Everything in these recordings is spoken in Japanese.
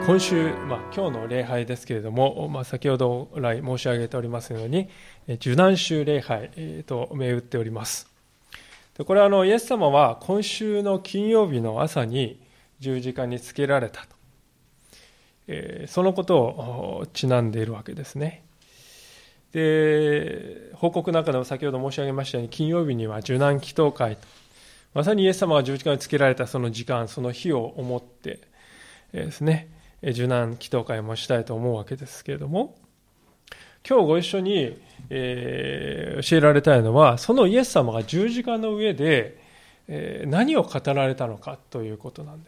今週、今日の礼拝ですけれども、先ほど来申し上げておりますように受難週礼拝と銘打っております。でこれはイエス様は今週の金曜日の朝に十字架につけられたと、そのことをちなんでいるわけですね。で報告の中でも先ほど申し上げましたように、金曜日には受難祈祷会と、まさにイエス様が十字架につけられたその時間、その日を思ってですね、受難祈祷会もしたいと思うわけですけれども、今日ご一緒に、教えられたいのは、そのイエス様が十字架の上で、何を語られたのかということなんです。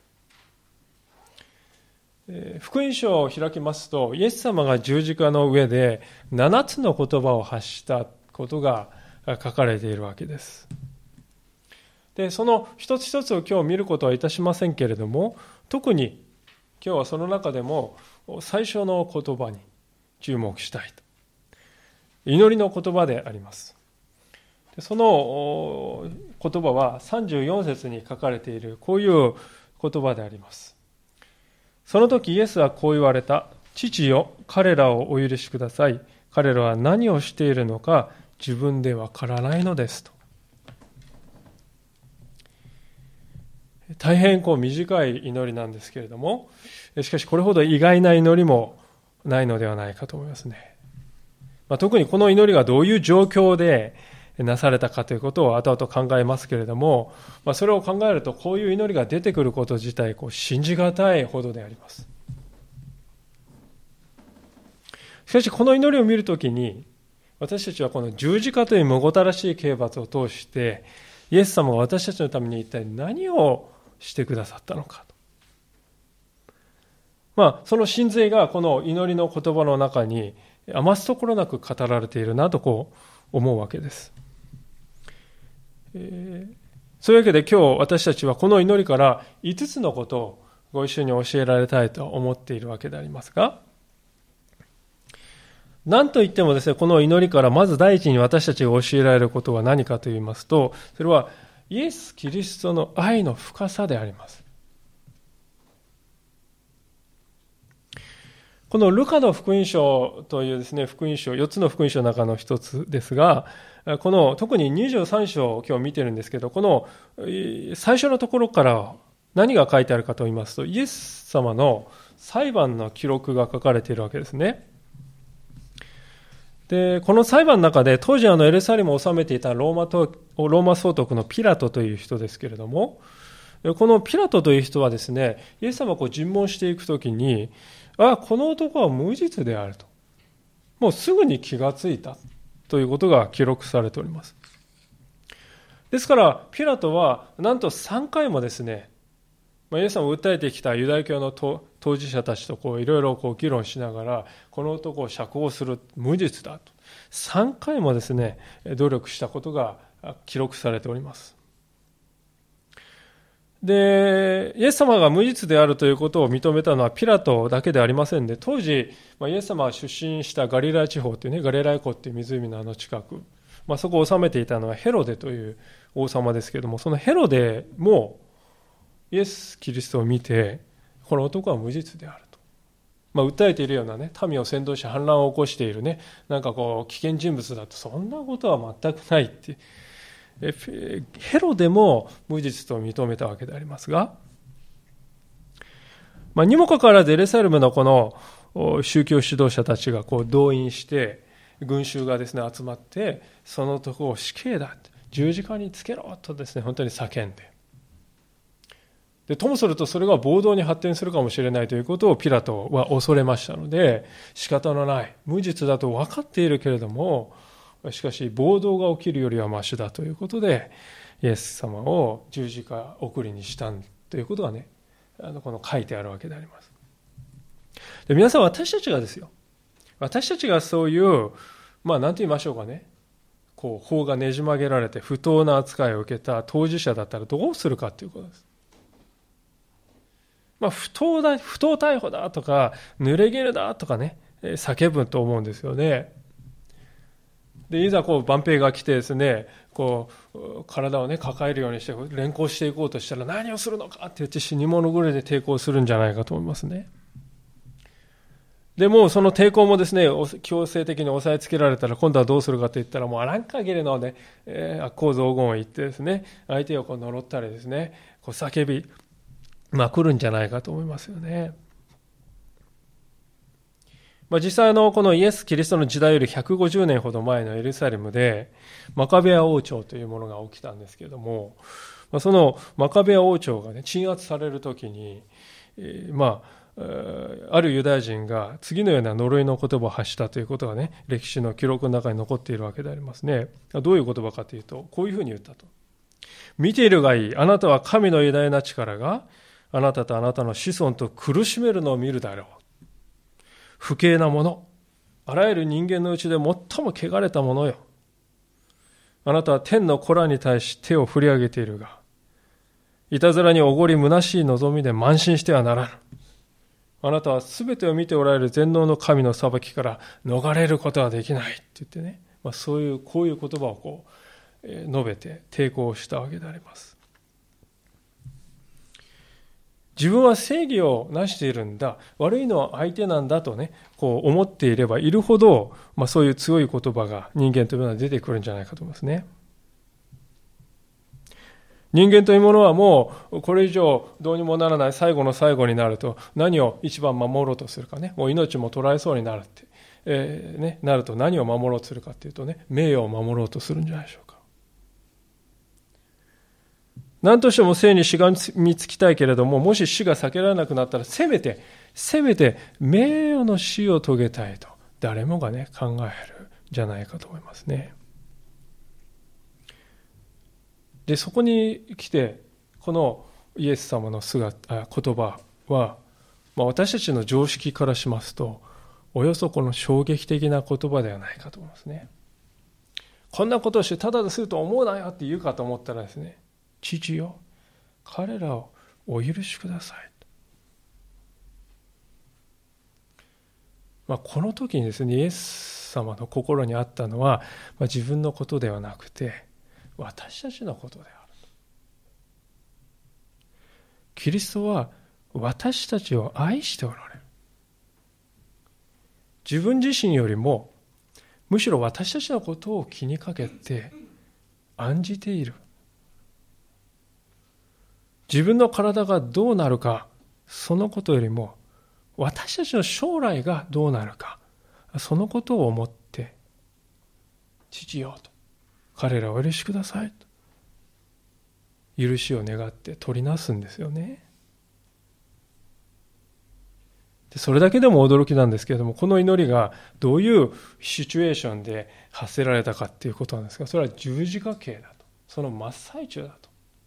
福音書を開きますと、イエス様が十字架の上で7つの言葉を発したことが書かれているわけです。でその一つ一つを今日見ることはいたしませんけれども、特に今日はその中でも最初の言葉に注目したいと。祈りの言葉であります。その言葉は34節に書かれているこういう言葉であります。その時イエスはこう言われた。父よ、彼らをお許しください。彼らは何をしているのか自分でわからないのですと。大変短い祈りなんですけれども、しかしこれほど意外な祈りもないのではないかと思いますね。特にこの祈りがどういう状況でなされたかということを後々考えますけれども、それを考えるとこういう祈りが出てくること自体信じがたいほどであります。しかしこの祈りを見るときに、私たちはこの十字架というむごたらしい刑罰を通してイエス様が私たちのために一体何をしてくださったのかと。その真髄がこの祈りの言葉の中に余すところなく語られているなと思うわけです。そういうわけで今日私たちはこの祈りから5つのことをご一緒に教えられたいと思っているわけでありますが、何といってもですね、この祈りからまず第一に私たちが教えられることは何かと言いますと、それはイエス・キリストの愛の深さであります。このルカの福音書というですね、福音書、4つの福音書の中の一つですが、この特に23章を今日見てるんですけど、この最初のところから何が書いてあるかと言いますと、イエス様の裁判の記録が書かれているわけですね。でこの裁判の中で当時エルサレムを治めていたローマ総督のピラトという人ですけれども、このピラトという人はですね、イエス様を尋問していくときに、この男は無実であると、もうすぐに気がついたということが記録されております。ですからピラトはなんと3回もですね、イエス様を訴えてきたユダヤ教の当事者たちといろいろ議論しながら、この男を釈放する、無実だと3回もですね努力したことが記録されております。でイエス様が無実であるということを認めたのはピラトだけではありませんで、当時イエス様が出身したガリラヤ地方というね、ガリラヤ湖という湖の近く、そこを治めていたのはヘロデという王様ですけれども、そのヘロデもイエス・キリストを見て、この男は無実であると、訴えているようなね、民を扇動し反乱を起こしているね、危険人物だと、そんなことは全くないってヘロデも無実と認めたわけでありますが、にもかかわらずエルサレムのこの宗教指導者たちが動員して群衆がですね集まって、その男を死刑だ、十字架につけろとですね本当に叫んで、ともするとそれが暴動に発展するかもしれないということをピラトは恐れましたので、仕方のない、無実だと分かっているけれども、しかし暴動が起きるよりはマシだということでイエス様を十字架送りにしたということがね、この書いてあるわけであります。で皆さん、私たちがですよ、私たちがそういう何て言いましょうかね、法がねじ曲げられて不当な扱いを受けた当事者だったらどうするかということです。不当逮捕だとか濡れ衣だとかね叫ぶと思うんですよね。 で、いざ万兵が来てですね、体をね、抱えるようにして連行していこうとしたら、何をするのかって言って死に物狂いで抵抗するんじゃないかと思いますね。でもその抵抗もですね、強制的に抑えつけられたら、今度はどうするかと言ったら、もうあらん限りのね、悪行雑言を言ってですね、相手を呪ったりですね、叫びまくるんじゃないかと思いますよね。実際このイエス・キリストの時代より150年ほど前のエルサレムでマカベア王朝というものが起きたんですけれども、そのマカベア王朝がね、鎮圧されるときに、あるユダヤ人が次のような呪いの言葉を発したということがね、歴史の記録の中に残っているわけでありますね。どういう言葉かというと、こういうふうに言ったと。見ているがいい。あなたは神の偉大な力があなたとあなたの子孫と苦しめるのを見るだろう。不敬なもの、あらゆる人間のうちで最も汚れたものよ。あなたは天の子らに対し手を振り上げているが、いたずらにおごり虚しい望みで慢心してはならぬ。あなたはすべてを見ておられる全能の神の裁きから逃れることはできないって言ってね、こういう言葉を述べて抵抗したわけであります。自分は正義をなしているんだ、悪いのは相手なんだとね、思っていればいるほど、そういう強い言葉が人間というものは出てくるんじゃないかと思いますね。人間というものはもうこれ以上どうにもならない最後の最後になると、何を一番守ろうとするかね、もう命も捉えそうになるって、なると何を守ろうとするかっていうとね、名誉を守ろうとするんじゃないでしょうか。何としても生にしがみつきたいけれども、もし死が避けられなくなったら、せめて名誉の死を遂げたいと誰もがね、考えるんじゃないかと思いますね。で、そこに来て、このイエス様の言葉は、私たちの常識からしますと、およそこの衝撃的な言葉ではないかと思いますね。こんなことをしてただですると思うなよって言うかと思ったらですね、父よ、彼らをお許しください。この時にですね、イエス様の心にあったのは、自分のことではなくて、私たちのことである。キリストは私たちを愛しておられる。自分自身よりも、むしろ私たちのことを気にかけて案じている。自分の体がどうなるか、そのことよりも、私たちの将来がどうなるか、そのことを思って、父よと、彼らをお許しくださいと、許しを願って取りなすんですよね。でそれだけでも驚きなんですけれども、この祈りがどういうシチュエーションで発せられたかっていうことなんですが、それは十字架刑だと。その真っ最中だと。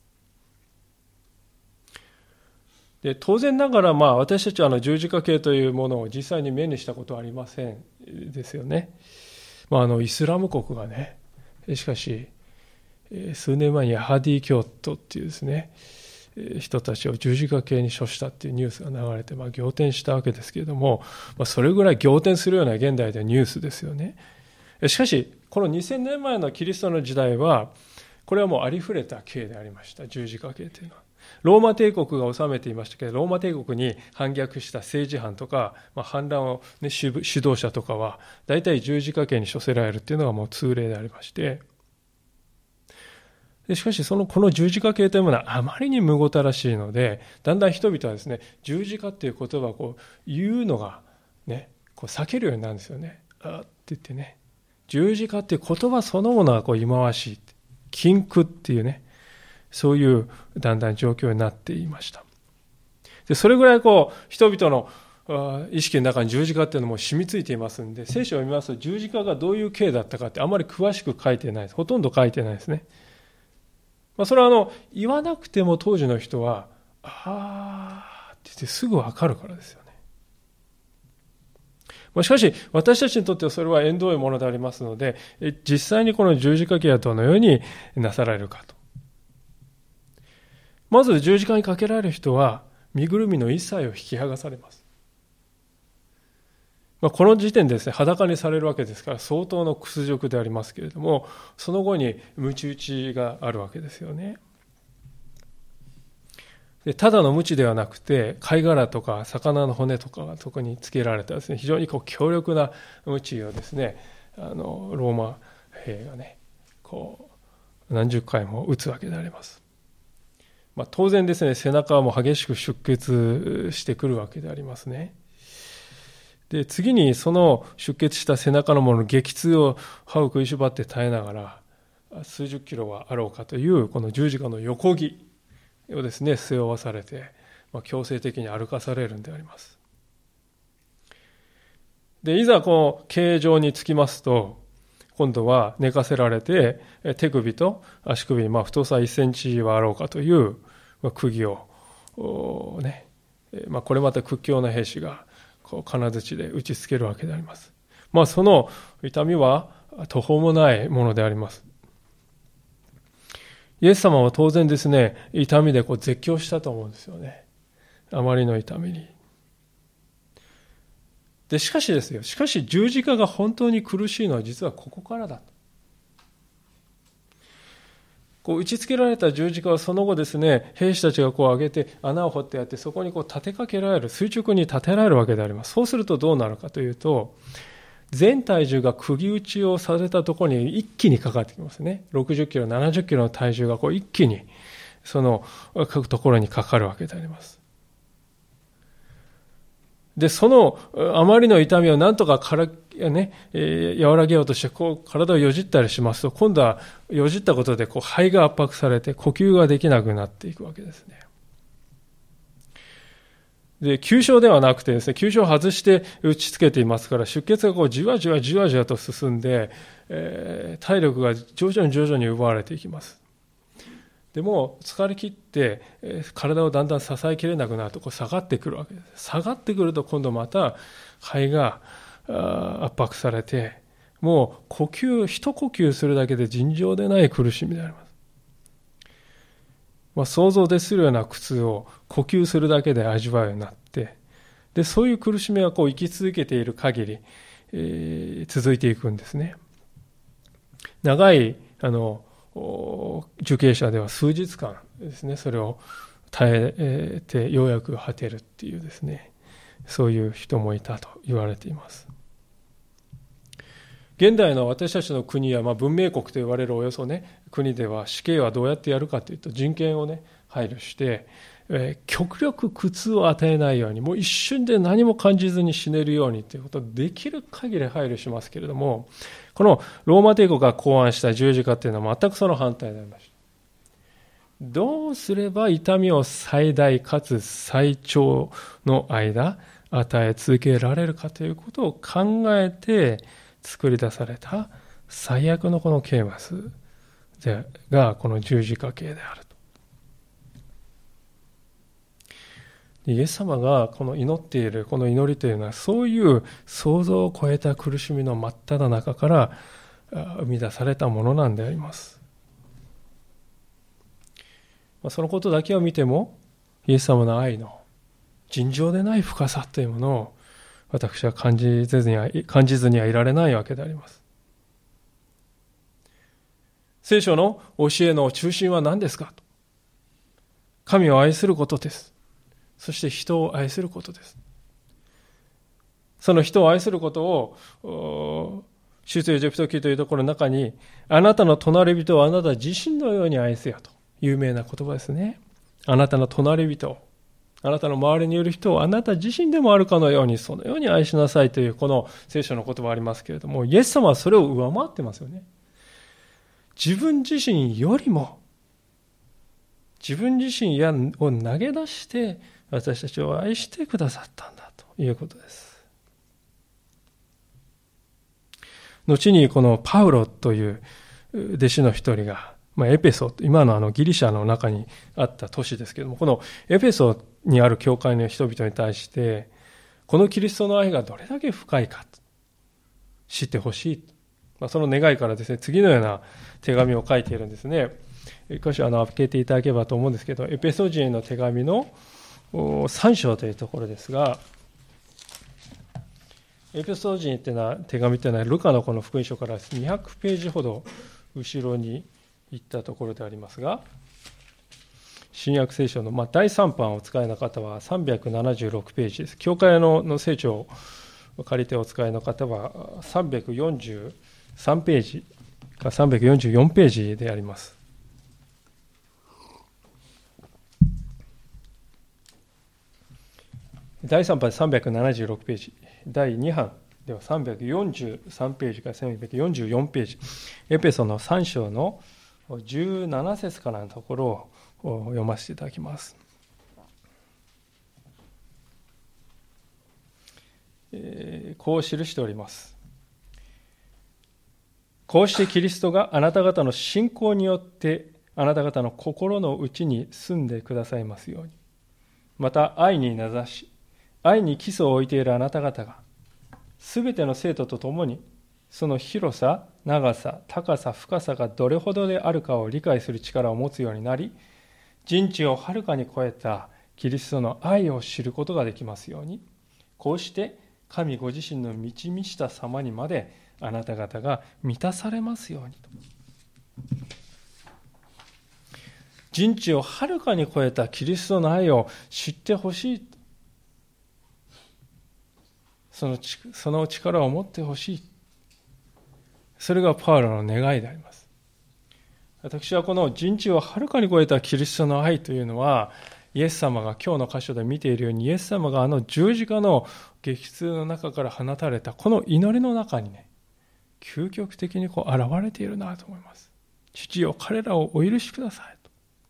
で当然ながら私たちは十字架刑というものを実際に目にしたことはありませんですよね。イスラム国がね、しかし数年前にヤハディ教徒っていうですね、人たちを十字架刑に処したっていうニュースが流れて、仰天したわけですけれども、それぐらい仰天するような現代ではニュースですよね。しかしこの2000年前のキリストの時代は、これはもうありふれた刑でありました。十字架刑というのはローマ帝国が治めていましたけど、ローマ帝国に反逆した政治犯とか、反乱を、指導者とかは大体十字架刑に処せられるっていうのがもう通例でありまして、しかしこの十字架刑というものはあまりにむごたらしいので、だんだん人々はですね、十字架っていう言葉を言うのがね、避けるようになるんですよね。って言ってね、十字架っていう言葉そのものが忌まわしい、禁句っていうね、そういうだんだん状況になっていました。でそれぐらい人々の意識の中に十字架っていうのも染みついていますんで、聖書を見ますと十字架がどういう刑だったかってあまり詳しく書いてないです。ほとんど書いてないですね。それは言わなくても当時の人はって言ってすぐ分かるからですよね。しかし私たちにとってはそれは縁遠いものでありますので、実際にこの十字架刑はどのようになされるかと。まず十字架にかけられる人は身ぐるみの一切を引き剥がされます。 この時点でですね、裸にされるわけですから相当の屈辱でありますけれども、その後に鞭打ちがあるわけですよね。でただの鞭ではなくて、貝殻とか魚の骨とかがそこにつけられたですね、非常に強力な鞭をですね、ローマ兵がね、何十回も打つわけであります。当然ですね、背中はもう激しく出血してくるわけでありますね。で次にその出血した背中のものの激痛を歯を食いしばって耐えながら、数十キロはあろうかというこの十字架の横木をですね、背負わされて、強制的に歩かされるんであります。でいざこの形状につきますと、今度は寝かせられて、手首と足首に太さ1センチはあろうかという釘をね、これまた屈強な兵士が金槌で打ちつけるわけであります。その痛みは途方もないものであります。イエス様は当然ですね、痛みで絶叫したと思うんですよね。あまりの痛みに。でしかし十字架が本当に苦しいのは実はここからだと。打ち付けられた十字架はその後ですね、兵士たちが上げて穴を掘ってやって、そこに立てかけられる、垂直に立てられるわけであります。そうするとどうなるかというと、全体重が釘打ちをされたところに一気にかかってきますね。60キロ、70キロの体重が一気にそのところにかかるわけであります。で、そのあまりの痛みをなんとか和らげようとして体をよじったりしますと、今度はよじったことで肺が圧迫されて呼吸ができなくなっていくわけですね。で、急所ではなくてですね、急所を外して打ち付けていますから、出血がじわじわと進んで、体力が徐々に奪われていきます。でも疲れ切って、体をだんだん支えきれなくなると下がってくるわけです。下がってくると今度また肺が圧迫されて、もう一呼吸するだけで尋常でない苦しみであります。想像でするような苦痛を呼吸するだけで味わうようになって、でそういう苦しみが生き続けている限り、続いていくんですね。長い受刑者では数日間ですね、それを耐えてようやく果てるっていうですね、そういう人もいたと言われています。現代の私たちの国や文明国と言われるおよそ国では死刑はどうやってやるかというと、人権を配慮して、極力苦痛を与えないように、もう一瞬で何も感じずに死ねるようにということをできる限り配慮しますけれども、このローマ帝国が考案した十字架というのは全くその反対でありました。どうすれば痛みを最大かつ最長の間与え続けられるかということを考えて作り出された最悪のこの刑罰がこの十字架刑であると。イエス様がこの祈っているこの祈りというのは、そういう想像を超えた苦しみの真っ只中から生み出されたものなんであります。そのことだけを見ても、イエス様の愛の尋常でない深さというものを私は感じずにはいられないわけであります。聖書の教えの中心は何ですかと。神を愛することです。そして人を愛することです。その人を愛することを出エジプト記というところの中に、あなたの隣人をあなた自身のように愛せよと有名な言葉ですね。あなたの隣人を、あなたの周りにいる人をあなた自身でもあるかのように、そのように愛しなさいというこの聖書の言葉ありますけれども、イエス様はそれを上回ってますよね。自分自身よりも自分自身を投げ出して私たちを愛してくださったんだということです。後にこのパウロという弟子の一人が、エペソ、今のギリシャの中にあった都市ですけれども、このエペソにある教会の人々に対して、このキリストの愛がどれだけ深いか知ってほしい。その願いからですね、次のような手紙を書いているんですね。少し開けていただければと思うんですけど、エペソ人への手紙の3章というところですが、 エペソ人っていうのは手紙っていうのはルカのこの福音書から200ページほど後ろに行ったところでありますが、新約聖書の第3版をお使いの方は376ページです。教会の聖書を借りてお使いの方は343ページか344ページであります。第3版376ページ、第2版では343ページから344ページ、エペソの3章の17節からのところを読ませていただきます。こう記しております。こうしてキリストがあなた方の信仰によってあなた方の心の内に住んでくださいますように。また愛に名指し、愛に基礎を置いているあなた方が、すべての生徒と共に、その広さ、長さ、高さ、深さがどれほどであるかを理解する力を持つようになり、人知をはるかに超えたキリストの愛を知ることができますように、こうして神ご自身の満ち満ちた様にまであなた方が満たされますようにと。人知をはるかに超えたキリストの愛を知ってほしい。その力を持ってほしい。それがパウロの願いであります。私はこの人知をはるかに超えたキリストの愛というのは、イエス様が今日の箇所で見ているように、イエス様があの十字架の激痛の中から放たれたこの祈りの中にね、究極的に現れているなと思います。父よ、彼らをお許しくださいと。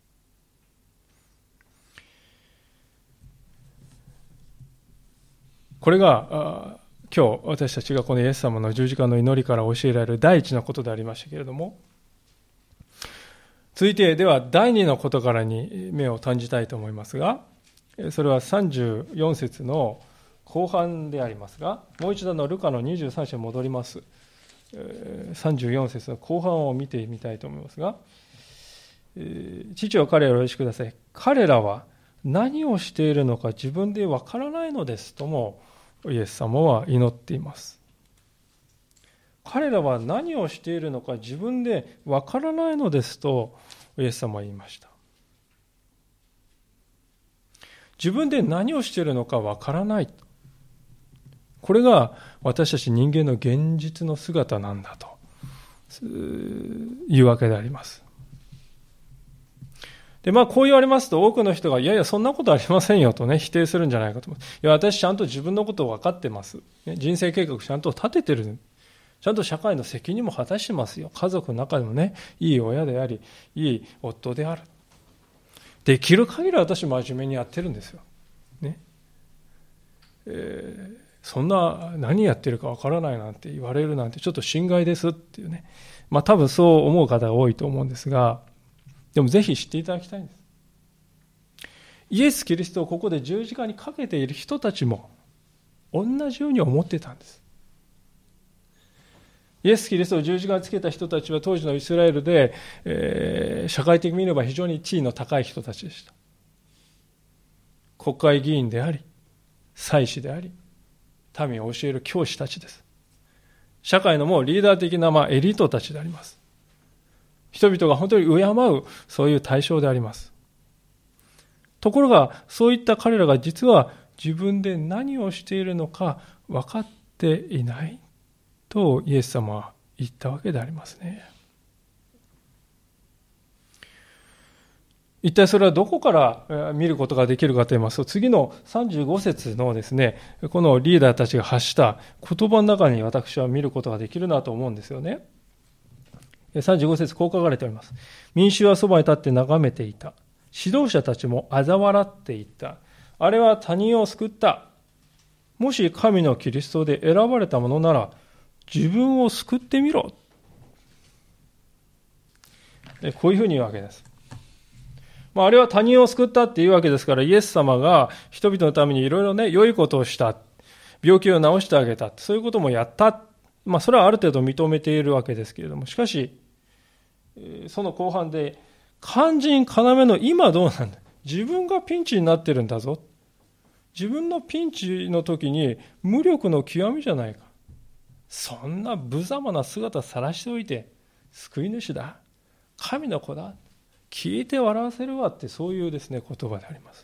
これが今日私たちがこのイエス様の十字架の祈りから教えられる第一のことでありましたけれども、続いてでは第二のことからに目を短じたいと思いますが、それは34節の後半でありますが、もう一度ルカの23章に戻ります。34節の後半を見てみたいと思いますが、父は彼らをお許しください。彼らは何をしているのか自分でわからないのですともイエス様は祈っています。彼らは何をしているのか自分でわからないのですとイエス様は言いました。自分で何をしているのかわからない。これが私たち人間の現実の姿なんだというわけであります。で、こう言われますと多くの人がいやいやそんなことありませんよとね否定するんじゃないかと思う。いや私ちゃんと自分のことを分かってます。人生計画ちゃんと立ててる。ちゃんと社会の責任も果たしてますよ。家族の中でもね、いい親であり、いい夫である。できる限り私真面目にやってるんですよ。ね。そんな何やってるかわからないなんて言われるなんてちょっと心外ですっていうね。多分そう思う方が多いと思うんですが、でもぜひ知っていただきたいんです。イエス・キリストをここで十字架にかけている人たちも同じように思ってたんです。イエス・キリストを十字架につけた人たちは当時のイスラエルで、社会的に見れば非常に地位の高い人たちでした。国会議員であり、祭司であり、民を教える教師たちです。社会のもうリーダー的なエリートたちであります。人々が本当に敬うそういう対象であります。ところがそういった彼らが実は自分で何をしているのか分かっていないとイエス様は言ったわけでありますね。一体それはどこから見ることができるかと言いますと、次の35節のですね、このリーダーたちが発した言葉の中に私は見ることができるなと思うんですよね。35節こう書かれております。民衆はそばに立って眺めていた。指導者たちも嘲笑っていた。あれは他人を救った。もし神のキリストで選ばれたものなら自分を救ってみろ。こういうふうに言うわけです。あれは他人を救ったっていうわけですから、イエス様が人々のためにいろいろね、良いことをした。病気を治してあげた。そういうこともやった。それはある程度認めているわけですけれども、しかし、その後半で、肝心要の今どうなんだ。自分がピンチになってるんだぞ。 自分のピンチの時に無力の極みじゃないか。そんな無様な姿さらしておいて、救い主だ、神の子だ、聞いて笑わせるわって、そういうですね、言葉であります。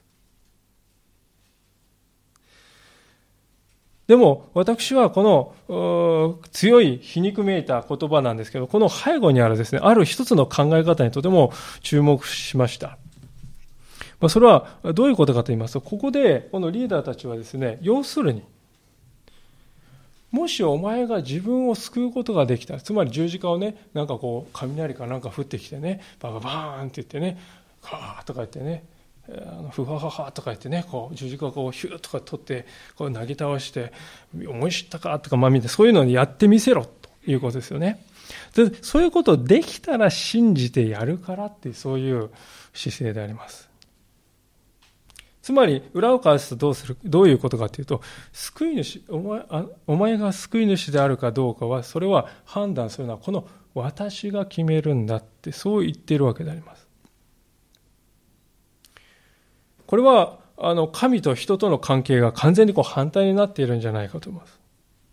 でも私はこの強い皮肉めいた言葉なんですけど、この背後にあるですね、ある一つの考え方にとても注目しました。それはどういうことかと言いますと、ここでこのリーダーたちはですね、要するに、もしお前が自分を救うことができた、つまり十字架をね、なんかこう雷かなんか降ってきてね、バババーンって言ってね、カーとか言ってね、ふわははとか言ってね、こう十字架をこうヒューとか取ってこう投げ倒して思い知ったかとか見て、そういうのにやってみせろということですよね。でそういうことできたら信じてやるからっていう、そういう姿勢であります。つまり裏を返すとどういうことかというと、救い主、お前が救い主であるかどうかは、それは判断するのはこの私が決めるんだって、そう言っているわけであります。これは神と人との関係が完全に反対になっているんじゃないかと思います。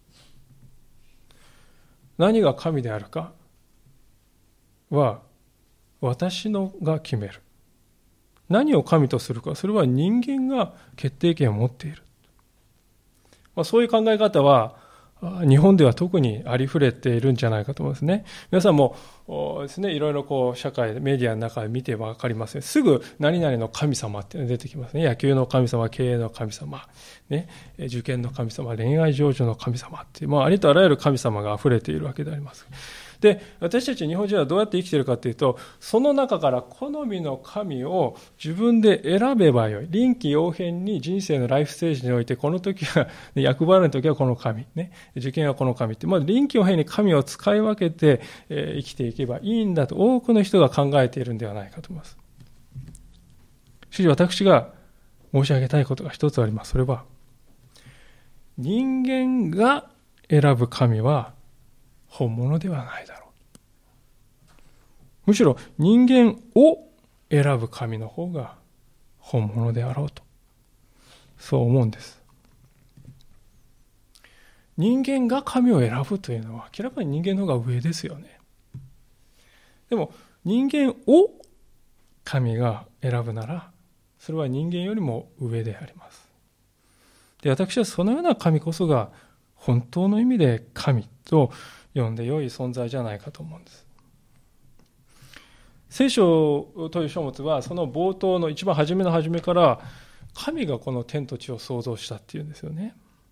何が神であるかは私が決める。何を神とするか、それは人間が決定権を持っている。そういう考え方は日本では特にありふれているんじゃないかと思いますね。皆さんもですね、いろいろ社会でメディアの中で見て分かりますね。すぐ何々の神様って出てきますね。野球の神様、経営の神様、ね、受験の神様、恋愛成就の神様って、ありとあらゆる神様が溢れているわけであります。で、私たち日本人はどうやって生きているかというと、その中から好みの神を自分で選べばよい。臨機応変に人生のライフステージにおいて、この時は、役払いの時はこの神、ね、受験はこの神って、臨機応変に神を使い分けて、生きていけばいいんだと多くの人が考えているんではないかと思います。しかし私が申し上げたいことが一つあります。それは、人間が選ぶ神は本物ではないだろう。むしろ人間を選ぶ神の方が本物であろうと、そう思うんです。人間が神を選ぶというのは明らかに人間の方が上ですよね。でも人間を神が選ぶなら、それは人間よりも上であります。で、私はそのような神こそが本当の意味で神と呼んで良い存在じゃないかと思うんです。聖書という書物はその冒頭の一番初めの初めから神がこの天と地を創造したっていうんですよね。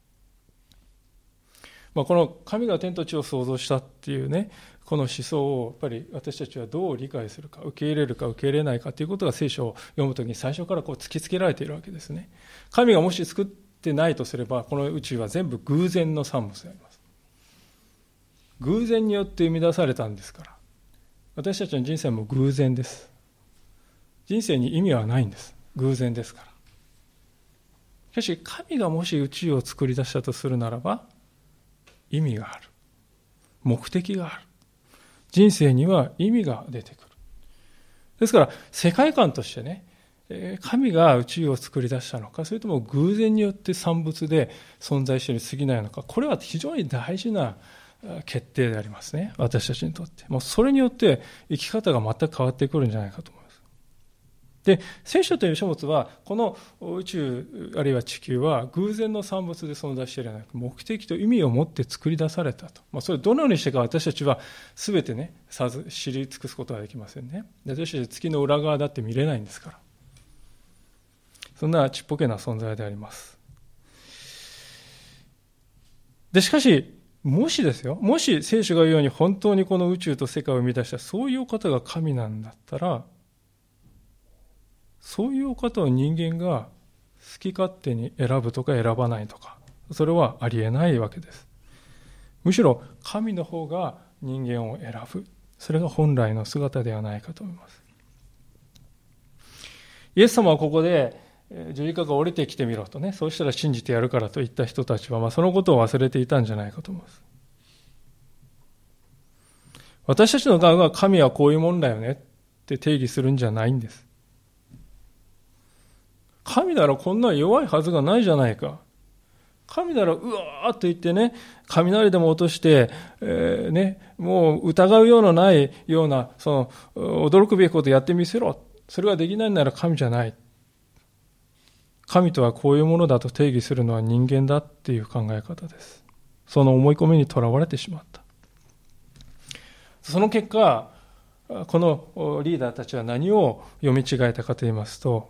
この神が天と地を創造したっていうね、この思想をやっぱり私たちはどう理解するか、受け入れるか受け入れないかということが聖書を読むときに最初から突きつけられているわけですね。神がもし作ってないとすれば、この宇宙は全部偶然の産物であります。偶然によって生み出されたんですから、私たちの人生も偶然です。人生に意味はないんです。偶然ですから。しかし神がもし宇宙を作り出したとするならば、意味がある。目的がある。人生には意味が出てくる。ですから世界観としてね、神が宇宙を作り出したのか、それとも偶然によって産物で存在しているに過ぎないのか、これは非常に大事な決定でありますね。私たちにとって。それによって生き方が全く変わってくるんじゃないかと思います。で、聖書という書物は、この宇宙あるいは地球は偶然の産物で存在しているのではなく、目的と意味を持って作り出されたと。それをどのようにしてか私たちは全てね、知り尽くすことはできませんね。私たち月の裏側だって見れないんですから。そんなちっぽけな存在であります。で、しかし、もしですよ、もし聖書が言うように本当にこの宇宙と世界を生み出したそういう方が神なんだったら、そういう方を人間が好き勝手に選ぶとか選ばないとか、それはありえないわけです。むしろ神の方が人間を選ぶ、それが本来の姿ではないかと思います。イエス様はここで十字架が降りてきてみろとね、そうしたら信じてやるからと言った人たちは、そのことを忘れていたんじゃないかと思います。私たちの側が神はこういうもんだよねって定義するんじゃないんです。 神ならこんな弱いはずがないじゃないか。神ならうわーっと言ってね、雷でも落として、もう疑うようのないような、その驚くべきことやってみせろ。それができないなら神じゃない。神とはこういうものだと定義するのは人間だっていう考え方です。その思い込みにとらわれてしまった。その結果、このリーダーたちは何を読み違えたかと言いますと、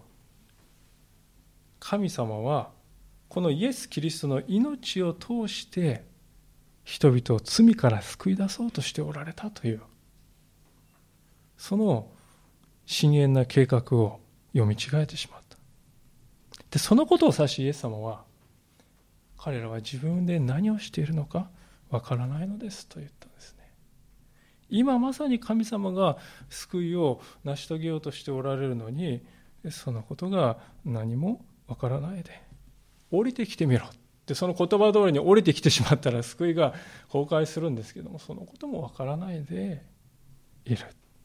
神様はこのイエス・キリストの命を通して人々を罪から救い出そうとしておられたという、その深遠な計画を読み違えてしまった。で、そのことを指しイエス様は、彼らは自分で何をしているのかわからないのですと言ったんですね。今まさに神様が救いを成し遂げようとしておられるのに、そのことが何もわからないで、降りてきてみろってその言葉通りに降りてきてしまったら救いが崩壊するんですけども、そのこともわからないでいる。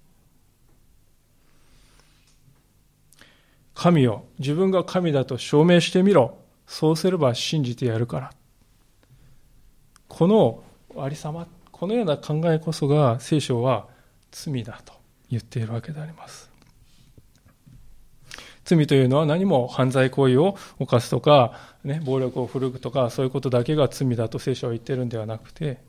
神よ、自分が神だと証明してみろ。そうすれば信じてやるから。このありさま、このような考えこそが聖書は罪だと言っているわけであります。罪というのは何も犯罪行為を犯すとか、暴力を振るうとか、そういうことだけが罪だと聖書は言っているんではなくて、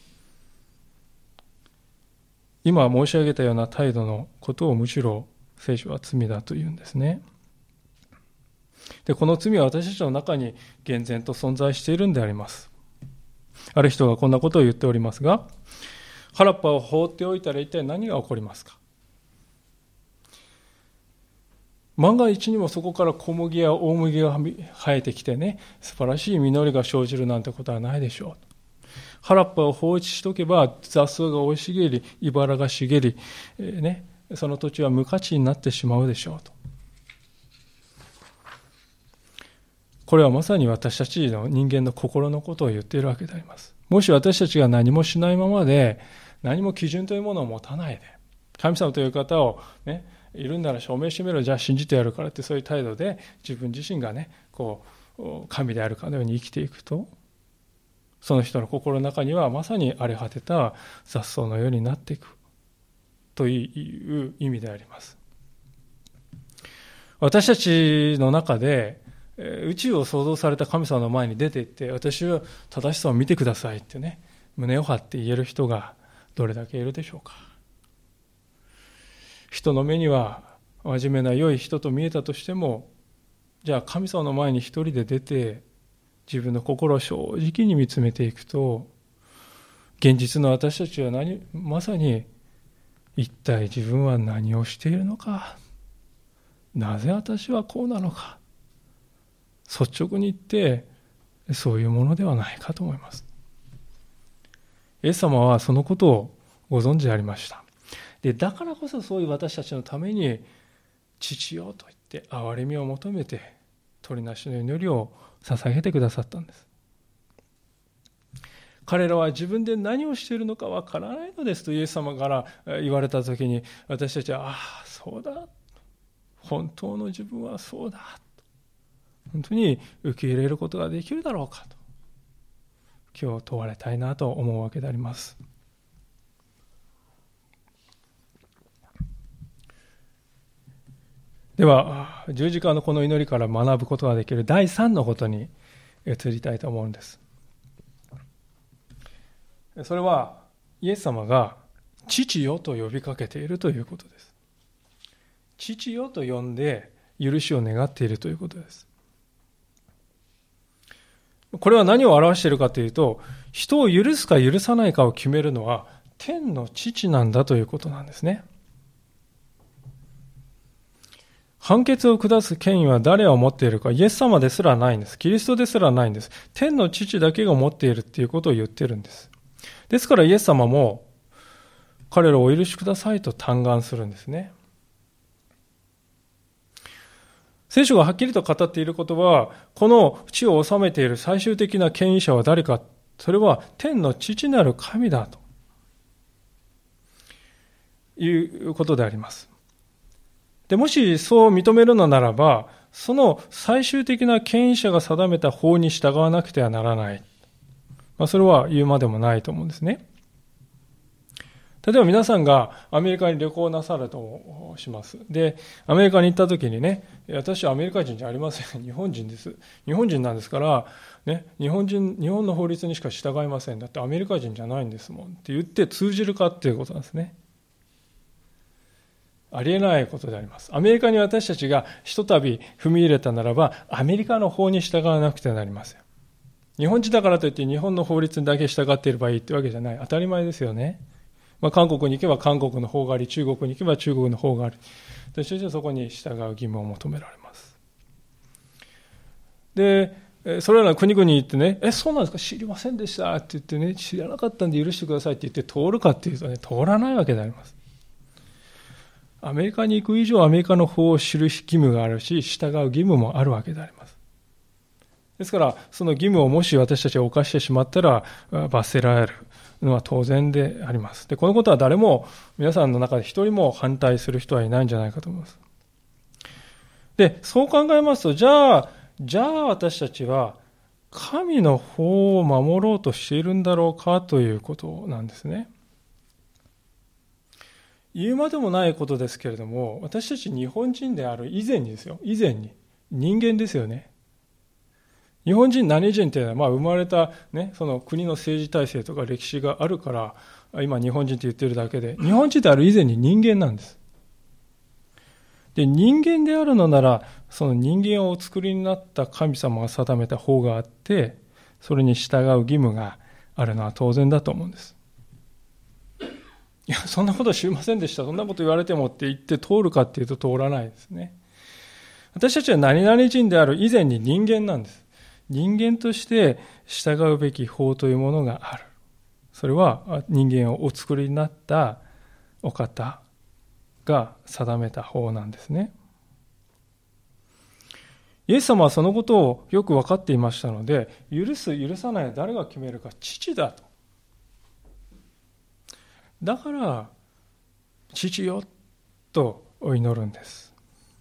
今申し上げたような態度のことをむしろ聖書は罪だというんですね。で、この罪は私たちの中に厳然と存在しているんであります。ある人がこんなことを言っておりますが、原っぱを放っておいたら一体何が起こりますか。万が一にもそこから小麦や大麦が生えてきてね、素晴らしい実りが生じるなんてことはないでしょう。原っぱを放置しとけば雑草が生い茂り、茨が茂り、その土地は無価値になってしまうでしょうと。これはまさに私たちの人間の心のことを言っているわけであります。もし私たちが何もしないままで、何も基準というものを持たないで、神様という方をいるんなら証明してみろ、じゃあ信じてやるからって、そういう態度で自分自身が神であるかのように生きていくと、その人の心の中にはまさに荒れ果てた雑草のようになっていくという意味であります。私たちの中で宇宙を創造された神様の前に出て行って、私は正しさを見てくださいって胸を張って言える人がどれだけいるでしょうか。人の目には真面目な良い人と見えたとしても、じゃあ神様の前に一人で出て自分の心を正直に見つめていくと、現実の私たちはまさに一体自分は何をしているのか、なぜ私はこうなのか、率直に言ってそういうものではないかと思います。イエス様はそのことをご存知でありました。で、だからこそそういう私たちのために父よと言って憐れみを求めて取りなしの祈りを捧げてくださったんです。彼らは自分で何をしているのかわからないのですとイエス様から言われたときに、私たちはそうだ、本当の自分はそうだ、本当に受け入れることができるだろうかと今日問われたいなと思うわけであります。では十字架のこの祈りから学ぶことができる第3のことに移りたいと思うんです。それはイエス様が父よと呼びかけているということです。父よと呼んで許しを願っているということです。これは何を表しているかというと、人を許すか許さないかを決めるのは天の父なんだということなんですね。判決を下す権威は誰を持っているか、イエス様ですらないんです。キリストですらないんです。天の父だけが持っているということを言っているんです。ですからイエス様も彼らをお許しくださいと嘆願するんですね。聖書がはっきりと語っていることは、この地を治めている最終的な権威者は誰か、それは天の父なる神だということであります。でもしそう認めるのならば、 その最終的な権威者が定めた法に従わなくてはならない。それは言うまでもないと思うんですね。例えば皆さんがアメリカに旅行なさるとします。で、アメリカに行った時にね、私はアメリカ人じゃありません。日本人です。日本人なんですから、ね、日本の法律にしか従いません。だってアメリカ人じゃないんですもんって言って通じるかっていうことなんですね。ありえないことであります。アメリカに私たちがひとたび踏み入れたならば、アメリカの法に従わなくてはなりません。日本人だからといって日本の法律にだけ従っていればいいってわけじゃない。当たり前ですよね。韓国に行けば韓国の法があり、中国に行けば中国の法がある。そしてそこに従う義務を求められます。で、それらの国々に行ってね、そうなんですか、知りませんでしたって言ってね、知らなかったんで許してくださいって言って通るかっていうとね、通らないわけであります。アメリカに行く以上、アメリカの法を知る義務があるし、従う義務もあるわけであります。ですから、その義務をもし私たちが犯してしまったら、罰せられるのは当然であります。で、このことは誰も、皆さんの中で一人も反対する人はいないんじゃないかと思います。で、そう考えますと、じゃあ私たちは、神の法を守ろうとしているんだろうかということなんですね。言うまでもないことですけれども、私たち日本人である以前にですよ、人間ですよね。日本人、何人っていうのは、生まれた、ね、その国の政治体制とか歴史があるから、今日本人って言ってるだけで、日本人である以前に人間なんです。で、人間であるのなら、その人間をお作りになった神様が定めた法があって、それに従う義務があるのは当然だと思うんです。いや、そんなこと知りませんでした。そんなこと言われてもって言って通るかっていうと通らないですね。私たちは何々人である以前に人間なんです。人間として従うべき法というものがある。それは人間をお作りになったお方が定めた法なんですね。イエス様はそのことをよく分かっていましたので、許す許さない誰が決めるか父だと。だから父よと祈るんです。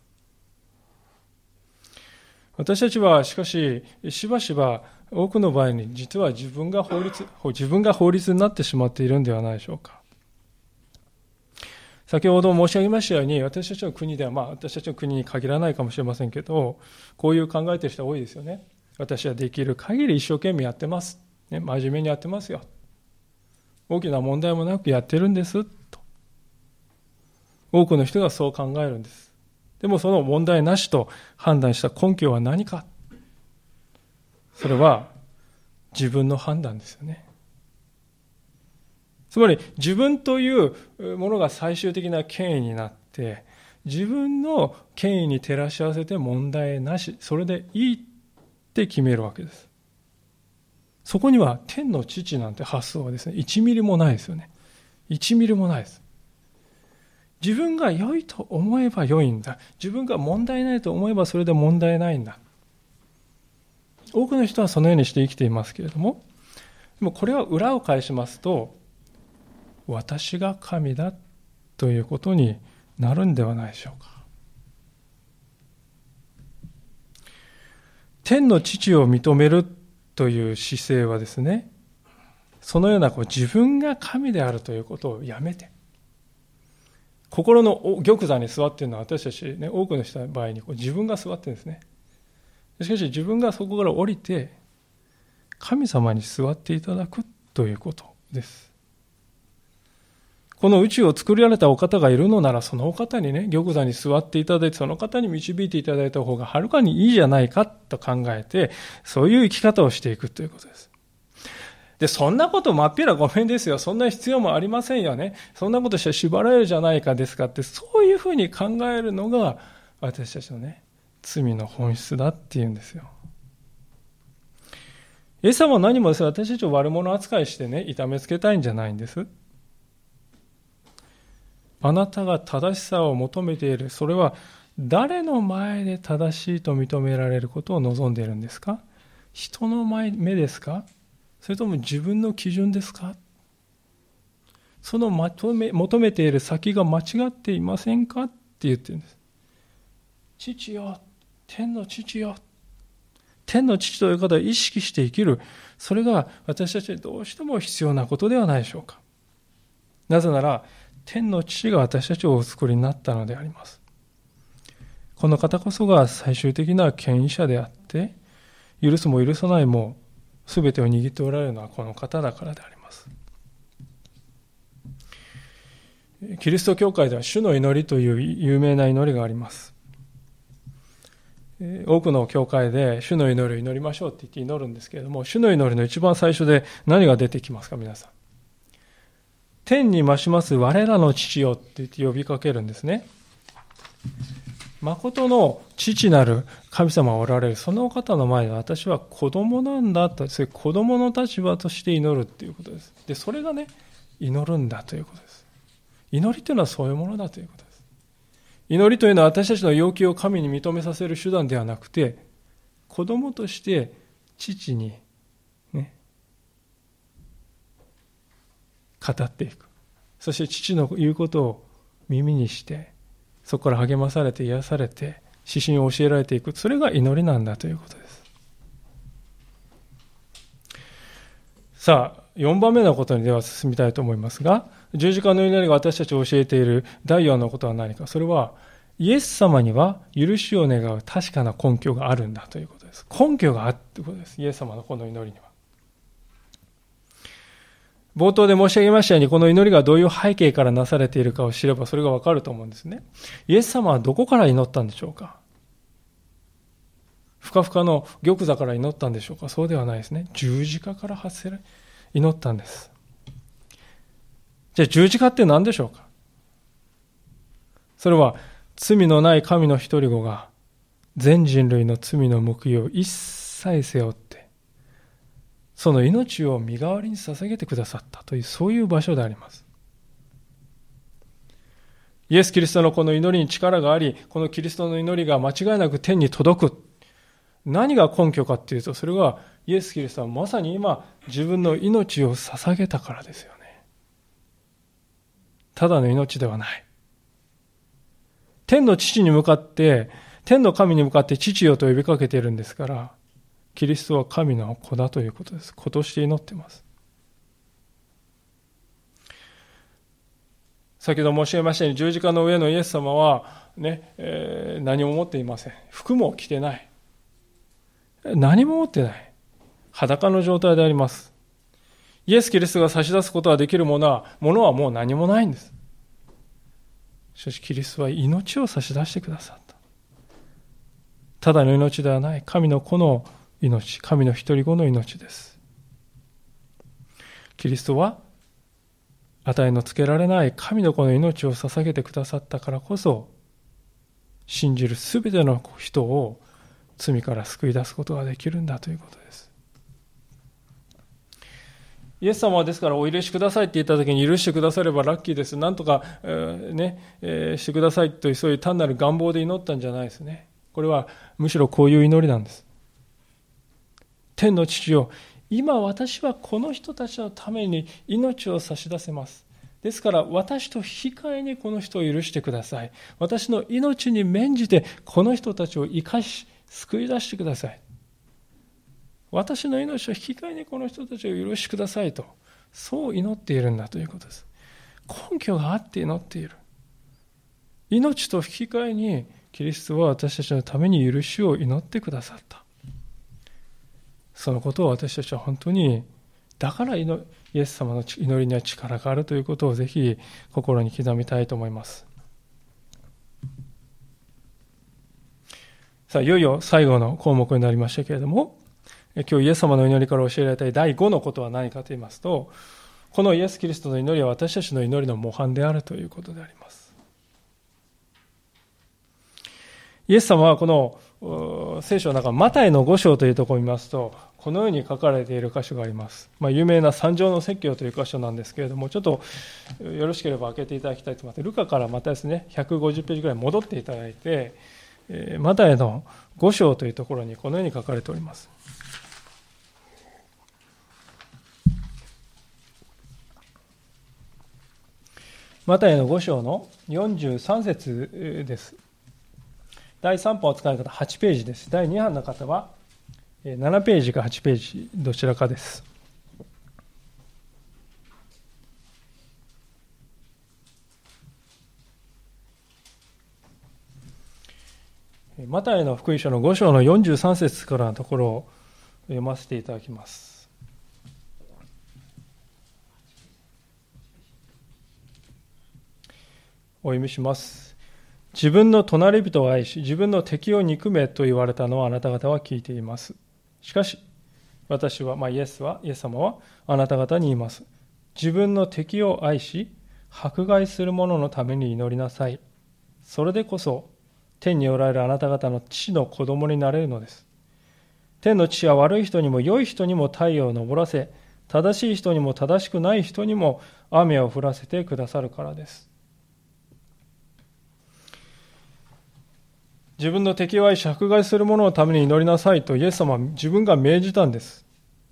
私たちはしかししばしば多くの場合に実は自分が法律になってしまっているんではないでしょうか。先ほど申し上げましたように、私たちの国では、私たちの国に限らないかもしれませんけど、こういう考えている人は多いですよね。私はできる限り一生懸命やってます。ね、真面目にやってますよ。大きな問題もなくやってるんですと。多くの人がそう考えるんです。でもその問題なしと判断した根拠は何か。それは自分の判断ですよね。つまり自分というものが最終的な権威になって、自分の権威に照らし合わせて問題なし、それでいいって決めるわけです。そこには天の父なんて発想はですね、1ミリもないですよね。1ミリもないです。自分が良いと思えば良いんだ。自分が問題ないと思えばそれで問題ないんだ。多くの人はそのようにして生きていますけれども、でもこれは裏を返しますと、私が神だということになるんではないでしょうか。天の父を認めるという姿勢はですね、そのような自分が神であるということをやめて、心の玉座に座っているのは私たち、ね、多くの人の場合に自分が座ってるんですね。しかし自分がそこから降りて神様に座っていただくということです。この宇宙を作られたお方がいるのなら、そのお方にね、玉座に座っていただいて、その方に導いていただいた方がはるかにいいじゃないかと考えて、そういう生き方をしていくということです。で、そんなことまっぴらごめんですよ。そんな必要もありませんよね。そんなことして縛られるじゃないかですかって、そういうふうに考えるのが私たちのね、罪の本質だっていうんですよ。イエス様は何もですね、私たちを悪者扱いしてね、痛めつけたいんじゃないんです。あなたが正しさを求めている、それは誰の前で正しいと認められることを望んでいるんですか？人の目ですか？それとも自分の基準ですか？その求めている先が間違っていませんかって言ってるんです。父よ、 天の父よ、天の父という方を意識して生きる、それが私たちにどうしても必要なことではないでしょうか。なぜなら、天の父が私たちをお作りになったのであります。この方こそが最終的な権威者であって、許すも許さないも全てを握っておられるのはこの方だからであります。キリスト教会では主の祈りという有名な祈りがあります。多くの教会で主の祈りを祈りましょうって言って祈るんですけれども、主の祈りの一番最初で何が出てきますか、皆さん。天に増します我らの父よって言って呼びかけるんですね。誠の父なる神様がおられる、その方の前で私は子供なんだと、そういう子供の立場として祈るということです。で、それがね、祈るんだということです。祈りというのはそういうものだということです。祈りというのは私たちの要求を神に認めさせる手段ではなくて、子供として父にね、語っていく。そして父の言うことを耳にして、そこから励まされて癒されて指針を教えられていく、それが祈りなんだということです。さあ、4番目のことにでは進みたいと思いますが、十字架の祈りが私たちを教えている第4のことは何か。それはイエス様には許しを願う確かな根拠があるんだということです。根拠があるということです。イエス様のこの祈りには。冒頭で申し上げましたように、この祈りがどういう背景からなされているかを知ればそれがわかると思うんですね。イエス様はどこから祈ったんでしょうか。ふかふかの玉座から祈ったんでしょうか。そうではないですね。十字架から祈ったんです。じゃあ十字架って何でしょうか。それは罪のない神の一人子が全人類の罪の報いを一切背負って、その命を身代わりに捧げてくださったという、そういう場所であります。イエス・キリストのこの祈りに力があり、このキリストの祈りが間違いなく天に届く。何が根拠かっていうと、それはイエス・キリストはまさに今自分の命を捧げたからですよね。ただの命ではない。天の父に向かって、天の神に向かって父よと呼びかけているんですから、キリストは神の子だということです。子として祈っています。先ほど申し上げましたように、十字架の上のイエス様は、何も持っていません。服も着てない。何も持ってない。裸の状態であります。イエス・キリストが差し出すことができるものはもう何もないんです。しかしキリストは命を差し出してくださった。ただの命ではない、神の子の命、神の一人子の命です。キリストは値のつけられない神の子の命を捧げてくださったからこそ、信じるすべての人を罪から救い出すことができるんだということです。イエス様はですから、お許しくださいって言った時に、許してくださればラッキーです。なんとか、してくださいという、そういう単なる願望で祈ったんじゃないですね。これはむしろこういう祈りなんです。天の父よ、今私はこの人たちのために命を差し出せます。ですから私と引き換えにこの人を許してください。私の命に免じてこの人たちを生かし救い出してください。私の命を引き換えにこの人たちを許してくださいと、そう祈っているんだということです。根拠があって祈っている。命と引き換えにキリストは私たちのために許しを祈ってくださった。そのことを私たちは本当に、だからイエス様の祈りには力があるということをぜひ心に刻みたいと思います。さあ、いよいよ最後の項目になりましたけれども、今日イエス様の祈りから教えられたい第5のことは何かと言いますと、このイエス・キリストの祈りは私たちの祈りの模範であるということであります。イエス様はこの聖書の中、マタイの5章というところを見ますと、このように書かれている箇所があります。有名な三条の説教という箇所なんですけれども、ちょっとよろしければ開けていただきたいと思います。ルカからまたですね、150ページぐらい戻っていただいて、マタイの5章というところにこのように書かれております。マタイの5章の43節です。 第3版を使う方8ページです。第2版の方は7ページか8ページどちらかです。マタイの福音書の5章の43節からのところを読ませていただきます。お読みします。自分の隣人を愛し、自分の敵を憎めと言われたのはあなた方は聞いています。しかし、私は、イエス様はあなた方に言います。自分の敵を愛し、迫害する者のために祈りなさい。それでこそ、天におられるあなた方の父の子供になれるのです。天の父は悪い人にも良い人にも太陽を昇らせ、正しい人にも正しくない人にも雨を降らせてくださるからです。自分の敵を愛し迫害する者のために祈りなさいとイエス様は自分が命じたんです。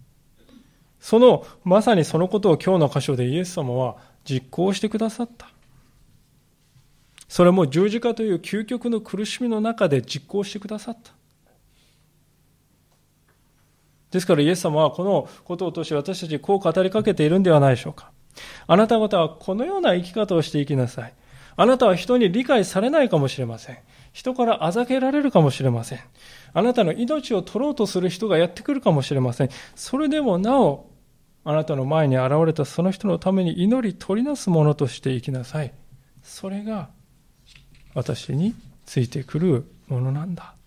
まさにそのことを今日の箇所でイエス様は実行してくださった。それも十字架という究極の苦しみの中で実行してくださった。ですからイエス様はこのことを通して私たちにこう語りかけているんではないでしょうか。あなた方はこのような生き方をしていきなさい。あなたは人に理解されないかもしれません。人からあざけられるかもしれません。あなたの命を取ろうとする人がやってくるかもしれません。それでもなお、あなたの前に現れたその人のために祈り取りなすものとして生きなさい。それが私についてくるものなんだ。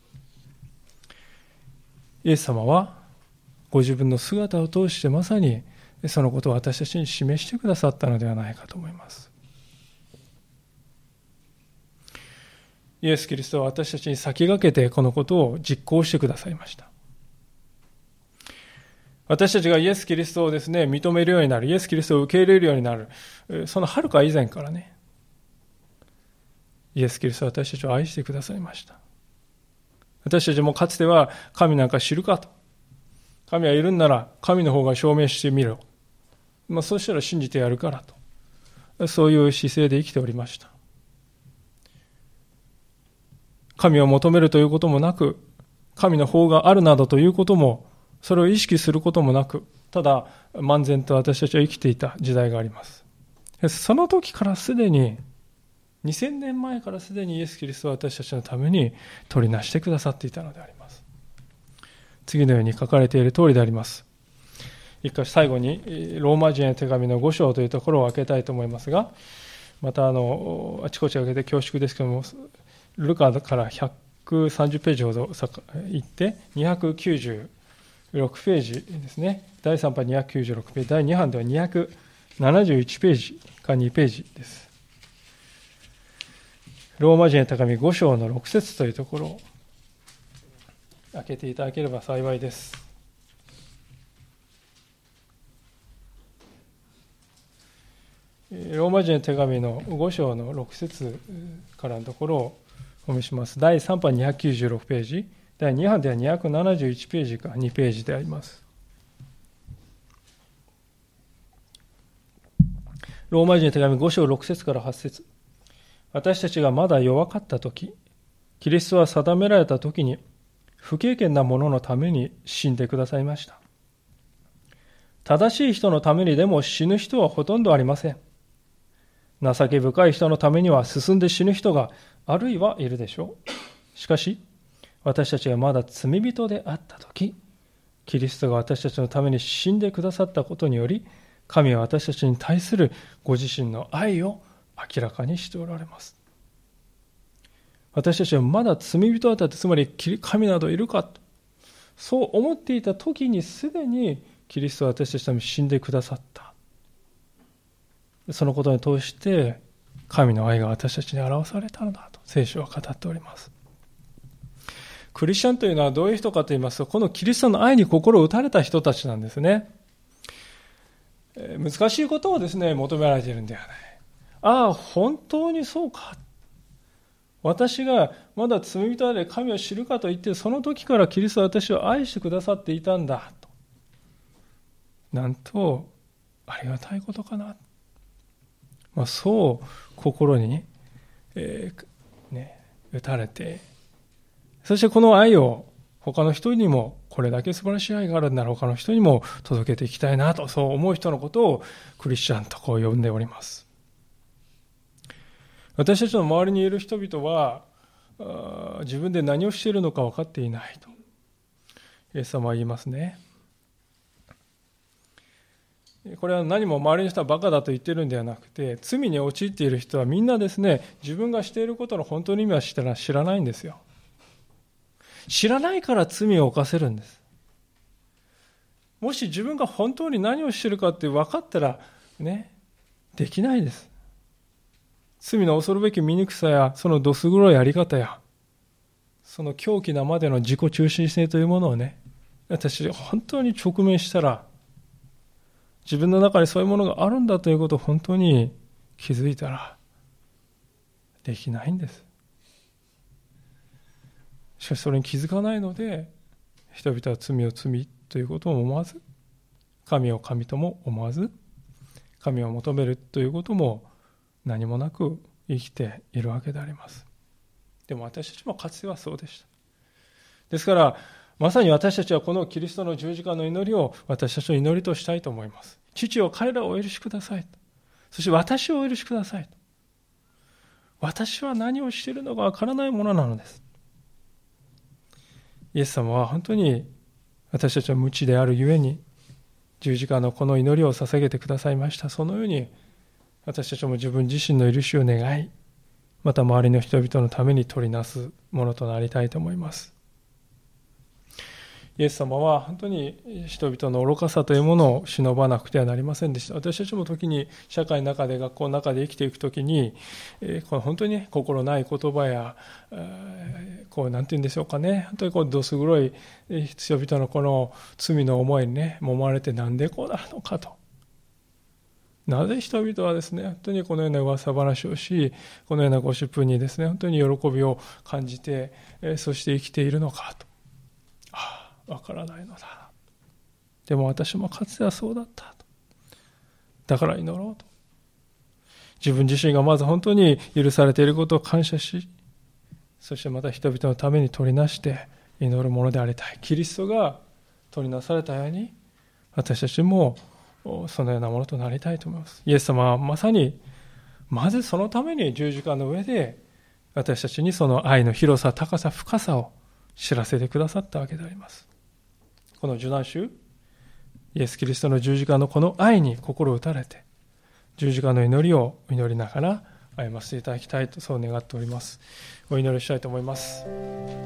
イエス様はご自分の姿を通してまさにそのことを私たちに示してくださったのではないかと思います。イエス・キリストは私たちに先駆けてこのことを実行してくださいました。私たちがイエス・キリストをですね、認めるようになる、イエス・キリストを受け入れるようになる、そのはるか以前からね、イエス・キリストは私たちを愛してくださいました。私たちもかつては神なんか知るかと。神はいるんなら神の方が証明してみろ。そうしたら信じてやるからと。そういう姿勢で生きておりました。神を求めるということもなく、神の法があるなどということも、それを意識することもなく、ただ漫然と私たちは生きていた時代があります。その時からすでに、2000年前からすでにイエス・キリストは私たちのために取りなしてくださっていたのであります。次のように書かれている通りであります。一回最後にローマ人への手紙の5章というところを開けたいと思いますが、またあちこち開けて恐縮ですけども、ルカから130ページほど行って296ページですね。第3版296ページ、第2版では271ページか2ページです。ローマ人への手紙5章の6節というところを開けていただければ幸いです。ローマ人への手紙の5章の6節からのところをお見せします。第3版296ページ、第2版では271ページか2ページであります。ローマ人の手紙5章6節から8節。私たちがまだ弱かったとき、キリストは定められたときに不経験な者のために死んでくださいました。正しい人のためにでも死ぬ人はほとんどありません。情け深い人のためには進んで死ぬ人があるいはいるでしょう。しかし、私たちがまだ罪人であったとき、キリストが私たちのために死んでくださったことにより、神は私たちに対するご自身の愛を明らかにしておられます。私たちはまだ罪人だったって、つまり神などいるかと、そう思っていた時にすでにキリストは私たちのために死んでくださった。そのことに通して神の愛が私たちに表されたのだと聖書は語っております。クリスチャンというのはどういう人かと言いますと、このキリストの愛に心を打たれた人たちなんですね。難しいことをですね、求められているんではない。ああ、本当にそうか。私がまだ罪人で神を知るかと言って、その時からキリストは私を愛してくださっていたんだと。なんとありがたいことかな。そう心に、打たれてそしてこの愛を他の人にも、これだけ素晴らしい愛があるなら他の人にも届けていきたいなと、そう思う人のことをクリスチャンとこう呼んでおります。私たちの周りにいる人々は自分で何をしているのか分かっていないとイエス様は言いますね。これは何も周りの人はバカだと言っているんではなくて、罪に陥っている人はみんなですね、自分がしていることの本当の意味は知らないんですよ。知らないから罪を犯せるんです。もし自分が本当に何をしているかって分かったらね、できないです。罪の恐るべき醜さや、そのどす黒いやり方や、その狂気なまでの自己中心性というものをね、私本当に直面したら、自分の中にそういうものがあるんだということを本当に気づいたら、できないんです。しかしそれに気づかないので、人々は罪を罪ということを思わず、神を神とも思わず、神を求めるということも何もなく生きているわけであります。でも私たちもかつてはそうでした。ですからまさに私たちはこのキリストの十字架の祈りを私たちの祈りとしたいと思います。父を彼らをお許しくださいと。そして私をお許しくださいと。私は何をしているのかわからないものなのです。イエス様は本当に私たちは無知であるゆえに十字架のこの祈りを捧げてくださいました。そのように私たちも自分自身の許しを願い、また周りの人々のために取りなすものとなりたいと思います。イエス様は本当に人々の愚かさというものを忍ばなくてはなりませんでした。私たちも時に社会の中で学校の中で生きていくときに、本当に心ない言葉や、なんて言うんでしょうかね、本当にどす黒い人々のこの罪の思いにね、揉まれてなんでこうなるのかと。なぜ人々はですね、本当にこのような噂話をし、このようなゴシップにですね、本当に喜びを感じて、そして生きているのかと。わからないのだ。でも私もかつてはそうだったと。だから祈ろうと。自分自身がまず本当に許されていることを感謝し、そしてまた人々のために取りなして祈るものでありたい。キリストが取りなされたように、私たちもそのようなものとなりたいと思います。イエス様はまさに、まずそのために十字架の上で、私たちにその愛の広さ、高さ、深さを知らせてくださったわけであります。この受難週、イエス・キリストの十字架のこの愛に心を打たれて、十字架の祈りを祈りながら歩ませていただきたいとそう願っております。お祈りしたいと思います。